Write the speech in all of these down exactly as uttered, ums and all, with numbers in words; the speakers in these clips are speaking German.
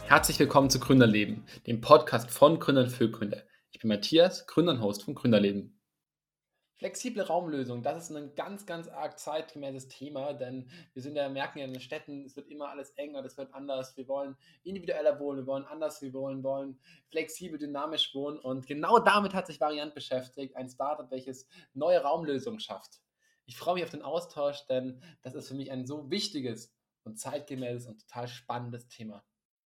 Herzlich willkommen zu Gründerleben, dem Podcast von Gründern für Gründer. Ich bin Matthias, Gründer und Host von Gründerleben. Flexible Raumlösung, das ist ein ganz, ganz arg zeitgemäßes Thema, denn wir sind ja, merken ja in den Städten, es wird immer alles enger, das wird anders. Wir wollen individueller wohnen, wir wollen anders, wir wollen, wollen flexibel, dynamisch wohnen und genau damit hat sich Variant beschäftigt, ein Startup, welches neue Raumlösungen schafft. Ich freue mich auf den Austausch, denn das ist für mich ein so wichtiges und zeitgemäßes und total spannendes Thema.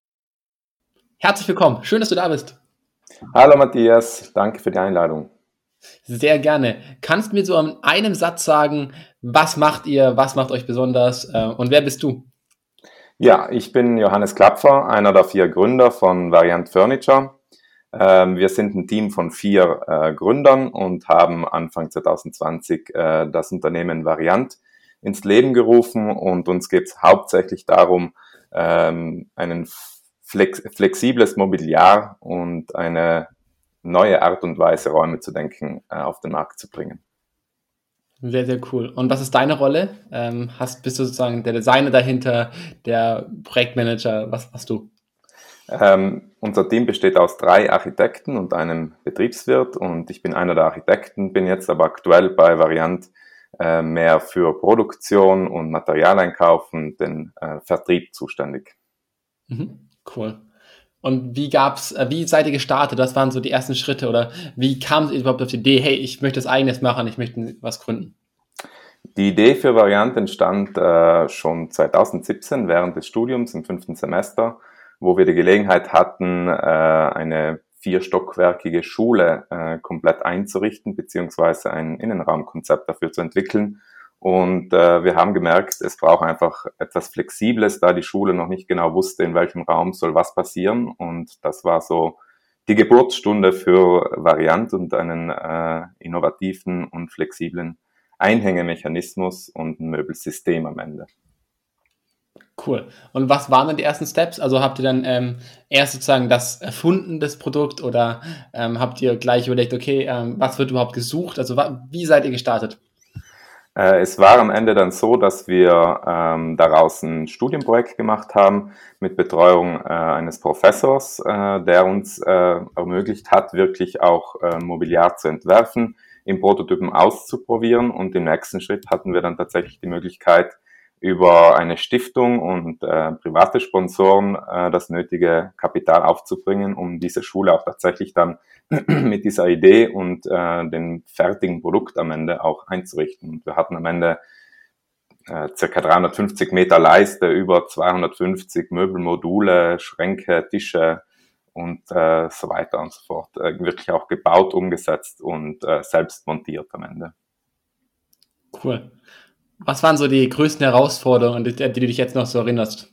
Herzlich willkommen, schön, dass du da bist. Hallo Matthias, danke für die Einladung. Sehr gerne. Kannst du mir so in einem Satz sagen, was macht ihr, was macht euch besonders und wer bist du? Ja, ich bin Johannes Klapfer, einer der vier Gründer von Variant Furniture. Wir sind ein Team von vier Gründern und haben Anfang zwanzig zwanzig das Unternehmen Variant ins Leben gerufen und uns geht es hauptsächlich darum, einen flex- flexibles Mobiliar und eine neue Art und Weise, Räume zu denken, auf den Markt zu bringen. Sehr, sehr cool. Und was ist deine Rolle? Ähm, hast, bist du sozusagen der Designer dahinter, der Projektmanager? Was machst du? Ähm, unser Team besteht aus drei Architekten und einem Betriebswirt und ich bin einer der Architekten, bin jetzt aber aktuell bei Variant äh, mehr für Produktion und Materialeinkauf und den äh, Vertrieb zuständig. Mhm, cool. Und wie gab's, äh, wie seid ihr gestartet? Was waren so die ersten Schritte oder wie kam ihr überhaupt auf die Idee, hey, ich möchte das eigenes machen, ich möchte was gründen? Die Idee für Variant entstand äh, schon zwanzig siebzehn während des Studiums im fünften Semester, wo wir die Gelegenheit hatten, äh, eine vierstockwerkige Schule äh, komplett einzurichten, beziehungsweise ein Innenraumkonzept dafür zu entwickeln. Und äh, wir haben gemerkt, es braucht einfach etwas Flexibles, da die Schule noch nicht genau wusste, in welchem Raum soll was passieren. Und das war so die Geburtsstunde für Variant und einen äh, innovativen und flexiblen Einhängemechanismus und ein Möbelsystem am Ende. Cool. Und was waren dann die ersten Steps? Also habt ihr dann ähm, erst sozusagen das erfunden, das Produkt, oder ähm, habt ihr gleich überlegt, okay, ähm, was wird überhaupt gesucht? Also wa- wie seid ihr gestartet? Äh, es war am Ende dann so, dass wir ähm, daraus ein Studienprojekt gemacht haben mit Betreuung äh, eines Professors, äh, der uns äh, ermöglicht hat, wirklich auch äh, Mobiliar zu entwerfen, im Prototypen auszuprobieren, und im nächsten Schritt hatten wir dann tatsächlich die Möglichkeit, über eine Stiftung und äh, private Sponsoren äh, das nötige Kapital aufzubringen, um diese Schule auch tatsächlich dann mit dieser Idee und äh, dem fertigen Produkt am Ende auch einzurichten. Und wir hatten am Ende äh, circa dreihundertfünfzig Meter Leiste, über zweihundertfünfzig Möbelmodule, Schränke, Tische und äh, so weiter und so fort. Äh, wirklich auch gebaut, umgesetzt und äh, selbst montiert am Ende. Cool. Was waren so die größten Herausforderungen, an die, die du dich jetzt noch so erinnerst?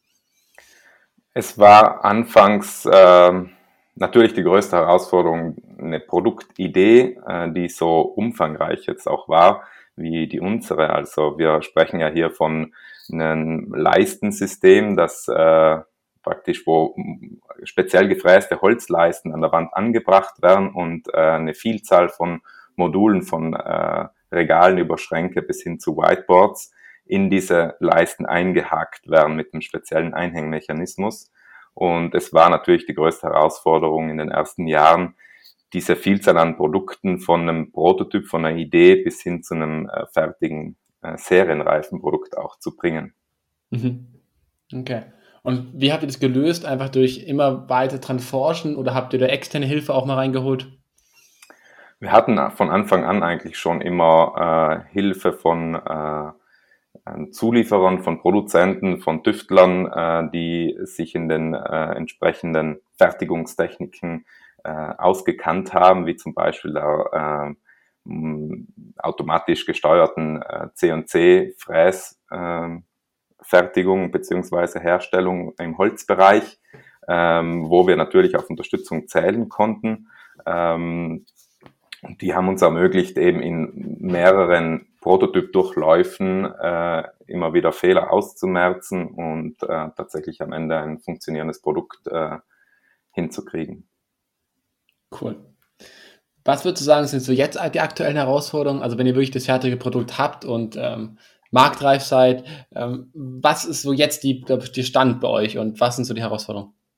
Es war anfangs ähm, natürlich die größte Herausforderung eine Produktidee, äh, die so umfangreich jetzt auch war wie die unsere. Also wir sprechen ja hier von einem Leistensystem, das äh, praktisch wo speziell gefräste Holzleisten an der Wand angebracht werden und äh, eine Vielzahl von Modulen von äh, Regalen über Schränke bis hin zu Whiteboards in diese Leisten eingehakt werden mit einem speziellen Einhängmechanismus. Und es war natürlich die größte Herausforderung in den ersten Jahren, diese Vielzahl an Produkten von einem Prototyp, von einer Idee bis hin zu einem äh, fertigen, äh, serienreifen Produkt auch zu bringen. Mhm. Okay. Und wie habt ihr das gelöst? Einfach durch immer weiter dran forschen oder habt ihr da externe Hilfe auch mal reingeholt? Wir hatten von Anfang an eigentlich schon immer äh, Hilfe von äh, Zulieferern, von Produzenten, von Tüftlern, äh, die sich in den äh, entsprechenden Fertigungstechniken äh, ausgekannt haben, wie zum Beispiel der äh, automatisch gesteuerten äh, C N C-Fräsfertigung äh, beziehungsweise Herstellung im Holzbereich, ähm, wo wir natürlich auf Unterstützung zählen konnten. Ähm, die haben uns ermöglicht, eben in mehreren Prototyp-Durchläufen äh, immer wieder Fehler auszumerzen und äh, tatsächlich am Ende ein funktionierendes Produkt äh, hinzukriegen. Cool. Was würdest du sagen, sind so jetzt die aktuellen Herausforderungen? Also wenn ihr wirklich das fertige Produkt habt und ähm, marktreif seid, ähm, was ist so jetzt die, der Stand bei euch und was sind so die Herausforderungen?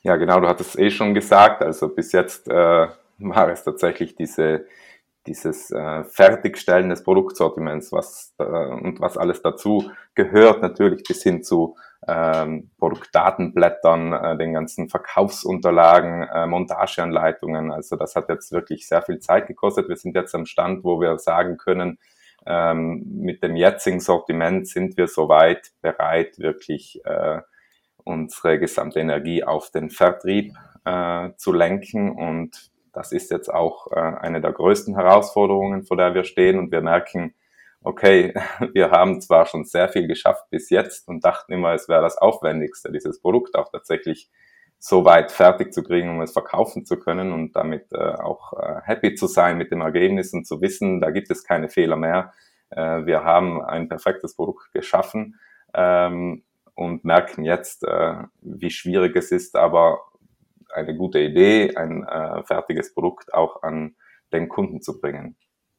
Ja, genau, du hattest es eh schon gesagt. Also bis jetzt äh, war es tatsächlich diese, dieses äh, Fertigstellen des Produktsortiments, was äh, und was alles dazu gehört, natürlich bis hin zu ähm, Produktdatenblättern, äh, den ganzen Verkaufsunterlagen, äh, Montageanleitungen. Also das hat jetzt wirklich sehr viel Zeit gekostet. Wir sind jetzt am Stand, wo wir sagen können, ähm, mit dem jetzigen Sortiment sind wir soweit bereit, wirklich äh, unsere gesamte Energie auf den Vertrieb äh, zu lenken. Und das ist jetzt auch äh, eine der größten Herausforderungen, vor der wir stehen. Und wir merken, okay, wir haben zwar schon sehr viel geschafft bis jetzt und dachten immer, es wäre das Aufwendigste, dieses Produkt auch tatsächlich so weit fertig zu kriegen, um es verkaufen zu können und damit äh, auch äh, happy zu sein mit dem Ergebnis und zu wissen, da gibt es keine Fehler mehr. Äh, wir haben ein perfektes Produkt geschaffen. Ähm, und merken jetzt, äh, wie schwierig es ist, aber eine gute Idee, ein äh, fertiges Produkt auch an den Kunden zu bringen.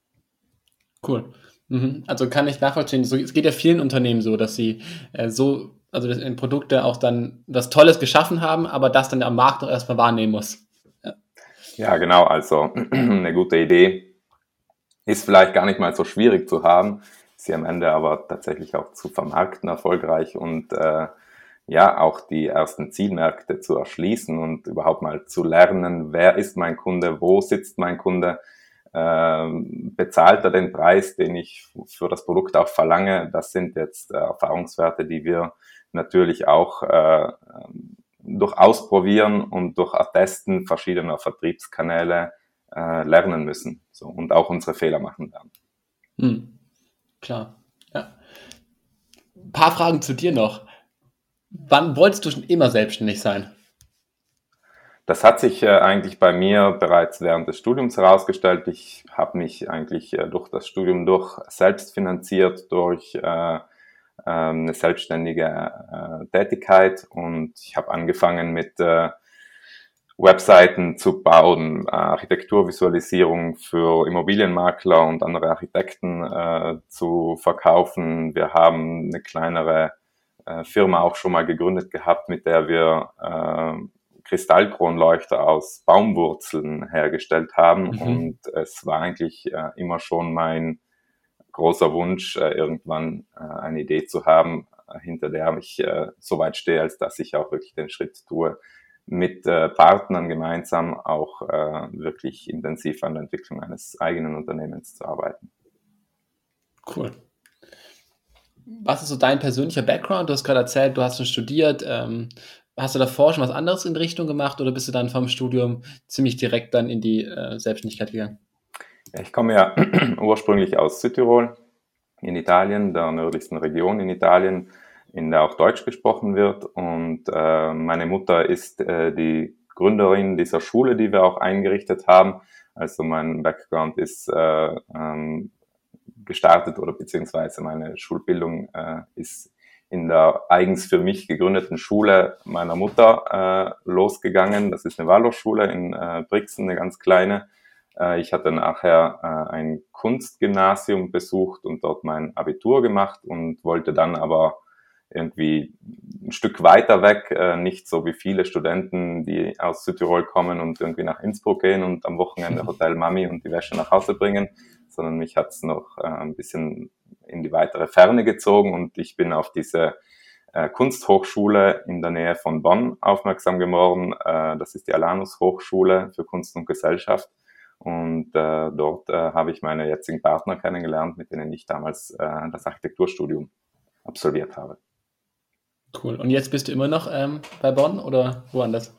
Cool. Mhm. Also kann ich nachvollziehen. So, es geht ja vielen Unternehmen so, dass sie äh, so, also das, in Produkte auch dann was Tolles geschaffen haben, aber das dann am Markt noch erstmal wahrnehmen muss. Ja. Ja, genau, also eine gute Idee ist vielleicht gar nicht mal so schwierig zu haben, sie am Ende aber tatsächlich auch zu vermarkten erfolgreich und äh, ja, auch die ersten Zielmärkte zu erschließen und überhaupt mal zu lernen, wer ist mein Kunde, wo sitzt mein Kunde, ähm, bezahlt er den Preis, den ich für das Produkt auch verlange. Das sind jetzt äh, Erfahrungswerte, die wir natürlich auch äh, durch Ausprobieren und durch Attesten verschiedener Vertriebskanäle äh, lernen müssen, so, und auch unsere Fehler machen werden. Hm. Klar. Ja. Ein paar Fragen zu dir noch. Wann wolltest du schon immer selbstständig sein? Das hat sich äh, eigentlich bei mir bereits während des Studiums herausgestellt. Ich habe mich eigentlich äh, durch das Studium durch selbst finanziert, durch äh, ähm, eine selbstständige äh, Tätigkeit, und ich habe angefangen mit äh, Webseiten zu bauen, äh, Architekturvisualisierung für Immobilienmakler und andere Architekten äh, zu verkaufen. Wir haben eine kleinere äh, Firma auch schon mal gegründet gehabt, mit der wir äh, Kristallkronleuchter aus Baumwurzeln hergestellt haben. Mhm. Und es war eigentlich äh, immer schon mein großer Wunsch, äh, irgendwann äh, eine Idee zu haben, äh, hinter der ich äh, so weit stehe, als dass ich auch wirklich den Schritt tue, mit äh, Partnern gemeinsam auch äh, wirklich intensiv an der Entwicklung eines eigenen Unternehmens zu arbeiten. Cool. Was ist so dein persönlicher Background? Du hast gerade erzählt, du hast schon studiert. Ähm, hast du davor schon was anderes in die Richtung gemacht oder bist du dann vom Studium ziemlich direkt dann in die äh, Selbstständigkeit gegangen? Ja, ich komme ja ursprünglich aus Südtirol in Italien, der nördlichsten Region in Italien, in der auch Deutsch gesprochen wird. Und äh, meine Mutter ist äh, die Gründerin dieser Schule, die wir auch eingerichtet haben. Also mein Background ist äh, ähm, gestartet, oder beziehungsweise meine Schulbildung äh, ist in der eigens für mich gegründeten Schule meiner Mutter äh, losgegangen. Das ist eine Waldorfschule in äh, Brixen, eine ganz kleine. Äh, ich hatte nachher äh, ein Kunstgymnasium besucht und dort mein Abitur gemacht und wollte dann aber irgendwie ein Stück weiter weg, äh, nicht so wie viele Studenten, die aus Südtirol kommen und irgendwie nach Innsbruck gehen und am Wochenende Hotel Mami und die Wäsche nach Hause bringen, sondern mich hat's noch äh, ein bisschen in die weitere Ferne gezogen, und ich bin auf diese äh, Kunsthochschule in der Nähe von Bonn aufmerksam geworden. Äh, das ist die Alanus Hochschule für Kunst und Gesellschaft. Und äh, dort äh, habe ich meine jetzigen Partner kennengelernt, mit denen ich damals äh, das Architekturstudium absolviert habe. Cool. Und jetzt bist du immer noch ähm, bei Bonn oder woanders?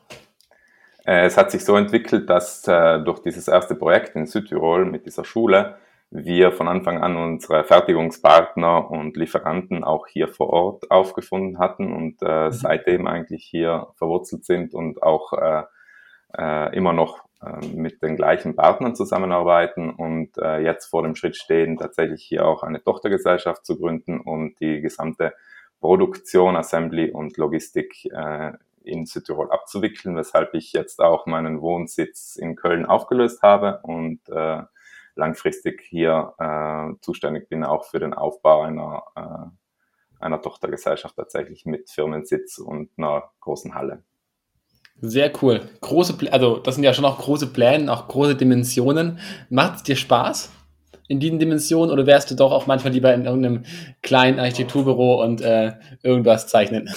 Äh, es hat sich so entwickelt, dass äh, durch dieses erste Projekt in Südtirol mit dieser Schule wir von Anfang an unsere Fertigungspartner und Lieferanten auch hier vor Ort aufgefunden hatten und äh, Mhm. seitdem eigentlich hier verwurzelt sind und auch äh, äh, immer noch äh, mit den gleichen Partnern zusammenarbeiten und äh, jetzt vor dem Schritt stehen, tatsächlich hier auch eine Tochtergesellschaft zu gründen und die gesamte Produktion, Assembly und Logistik äh, in Südtirol abzuwickeln, weshalb ich jetzt auch meinen Wohnsitz in Köln aufgelöst habe und äh, langfristig hier äh, zuständig bin, auch für den Aufbau einer, äh, einer Tochtergesellschaft tatsächlich mit Firmensitz und einer großen Halle. Sehr cool. Große, Plä- also das sind ja schon auch große Pläne, auch große Dimensionen. Macht es dir Spaß in diesen Dimensionen oder wärst du doch auch manchmal lieber in irgendeinem kleinen Architekturbüro und äh, irgendwas zeichnen?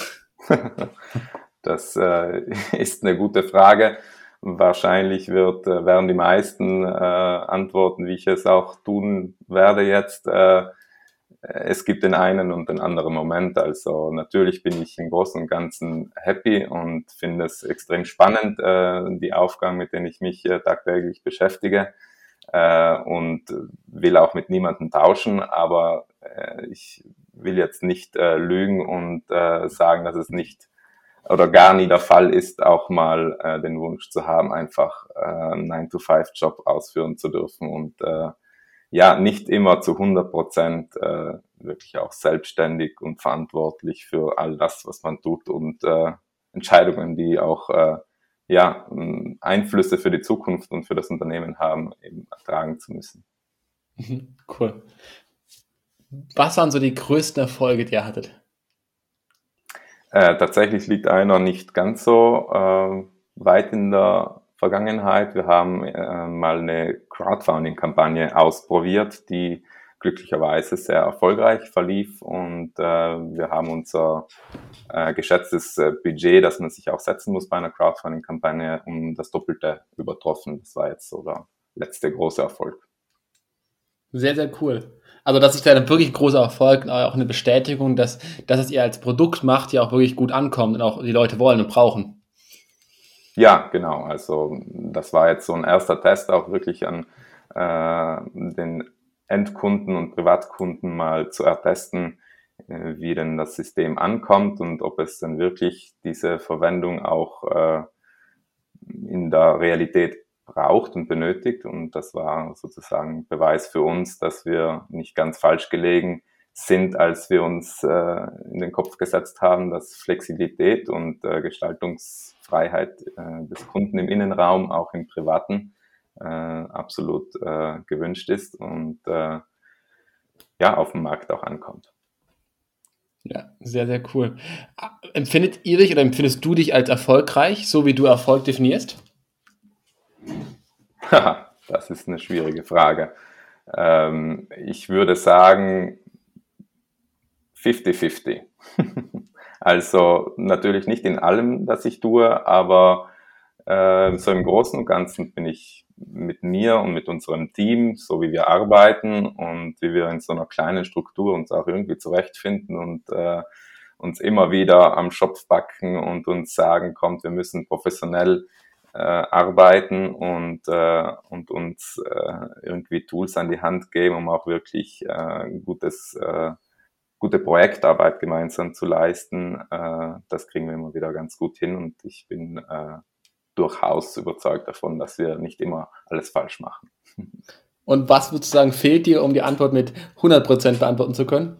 Das äh, ist eine gute Frage. Wahrscheinlich wird, äh, werden die meisten äh, antworten, wie ich es auch tun werde jetzt. Äh, es gibt den einen und den anderen Moment. Also natürlich bin ich im Großen und Ganzen happy und finde es extrem spannend, äh, die Aufgaben, mit denen ich mich äh, tagtäglich beschäftige, äh, und will auch mit niemandem tauschen, aber äh, ich will jetzt nicht äh, lügen und äh, sagen, dass es nicht oder gar nie der Fall ist, auch mal äh, den Wunsch zu haben, einfach äh, einen nine to five Job ausführen zu dürfen und äh, ja, nicht immer zu hundert Prozent äh, wirklich auch selbstständig und verantwortlich für all das, was man tut und äh, Entscheidungen, die auch äh, ja, Einflüsse für die Zukunft und für das Unternehmen haben, eben ertragen zu müssen. Mhm, cool. Was waren so die größten Erfolge, die ihr hattet? Äh, tatsächlich liegt einer nicht ganz so äh, weit in der Vergangenheit. Wir haben äh, mal eine Crowdfunding-Kampagne ausprobiert, die glücklicherweise sehr erfolgreich verlief und äh, wir haben unser äh, geschätztes äh, Budget, das man sich auch setzen muss bei einer Crowdfunding-Kampagne, um das Doppelte übertroffen. Das war jetzt so der letzte große Erfolg. Sehr, sehr cool. Also, das ist ja dann wirklich ein großer Erfolg und auch eine Bestätigung, dass das, was ihr als Produkt macht, ja auch wirklich gut ankommt und auch die Leute wollen und brauchen. Ja, genau. Also das war jetzt so ein erster Test auch wirklich an äh, den Endkunden und Privatkunden mal zu ertesten, äh, wie denn das System ankommt und ob es dann wirklich diese Verwendung auch äh, in der Realität braucht und benötigt. Und das war sozusagen Beweis für uns, dass wir nicht ganz falsch gelegen sind, als wir uns äh, in den Kopf gesetzt haben, dass Flexibilität und äh, Gestaltungsfreiheit äh, des Kunden im Innenraum, auch im Privaten, äh, absolut äh, gewünscht ist und äh, ja, auf dem Markt auch ankommt. Ja, sehr, sehr cool. Empfindet ihr dich oder empfindest du dich als erfolgreich, so wie du Erfolg definierst? Das ist eine schwierige Frage. Ähm, ich würde sagen, fünfzig fünfzig. Also natürlich nicht in allem, das ich tue, aber äh, so im Großen und Ganzen bin ich mit mir und mit unserem Team, so wie wir arbeiten und wie wir in so einer kleinen Struktur uns auch irgendwie zurechtfinden und äh, uns immer wieder am Schopf backen und uns sagen, kommt, wir müssen professionell äh, arbeiten und, äh, und uns äh, irgendwie Tools an die Hand geben, um auch wirklich äh, gutes äh, gute Projektarbeit gemeinsam zu leisten, äh, das kriegen wir immer wieder ganz gut hin und ich bin äh, durchaus überzeugt davon, dass wir nicht immer alles falsch machen. Und was sozusagen fehlt dir, um die Antwort mit hundert Prozent beantworten zu können?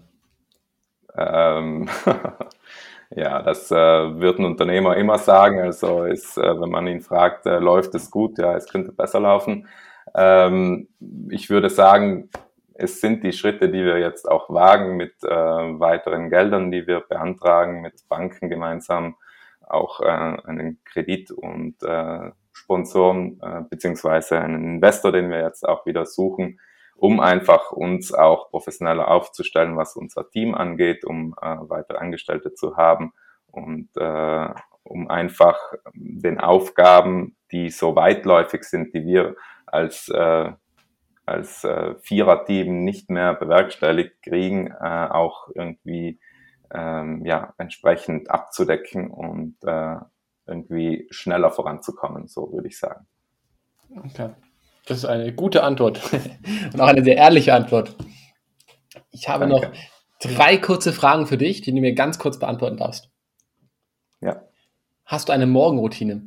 Ähm, ja, das äh, wird ein Unternehmer immer sagen. Also ist, äh, wenn man ihn fragt, äh, läuft es gut? Ja, es könnte besser laufen. Ähm, ich würde sagen, es sind die Schritte, die wir jetzt auch wagen mit äh, weiteren Geldern, die wir beantragen, mit Banken gemeinsam auch äh, einen Kredit und äh, Sponsoren äh, beziehungsweise einen Investor, den wir jetzt auch wieder suchen, um einfach uns auch professioneller aufzustellen, was unser Team angeht, um äh, weitere Angestellte zu haben und äh, um einfach den Aufgaben, die so weitläufig sind, die wir als äh, als äh, Viererteam nicht mehr bewerkstelligt kriegen, äh, auch irgendwie ähm, ja, entsprechend abzudecken und äh, irgendwie schneller voranzukommen, so würde ich sagen. Okay. Das ist eine gute Antwort und auch eine sehr ehrliche Antwort. Ich habe noch Danke. drei kurze Fragen für dich, die du mir ganz kurz beantworten darfst. Ja. Hast du eine Morgenroutine?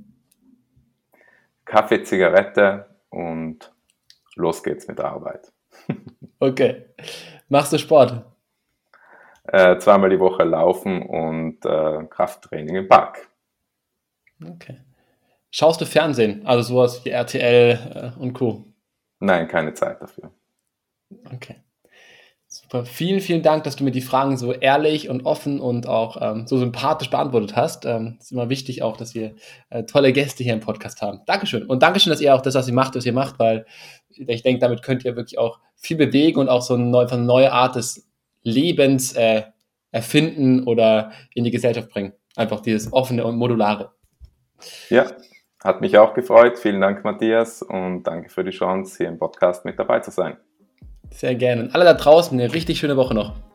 Kaffee, Zigarette und los geht's mit der Arbeit. Okay. Machst du Sport? Äh, zweimal die Woche laufen und äh, Krafttraining im Park. Okay. Schaust du Fernsehen? Also sowas wie R T L äh, und Co. Nein, keine Zeit dafür. Okay. Super. Vielen, vielen Dank, dass du mir die Fragen so ehrlich und offen und auch ähm, so sympathisch beantwortet hast. Ähm, ist immer wichtig auch, dass wir äh, tolle Gäste hier im Podcast haben. Dankeschön. Und Dankeschön, dass ihr auch das, was ihr macht, was ihr macht, weil ich denke, damit könnt ihr wirklich auch viel bewegen und auch so eine neue, eine neue Art des Lebens äh, erfinden oder in die Gesellschaft bringen. Einfach dieses offene und modulare. Ja, hat mich auch gefreut. Vielen Dank, Matthias, und danke für die Chance, hier im Podcast mit dabei zu sein. Sehr gerne. Und alle da draußen, eine richtig schöne Woche noch.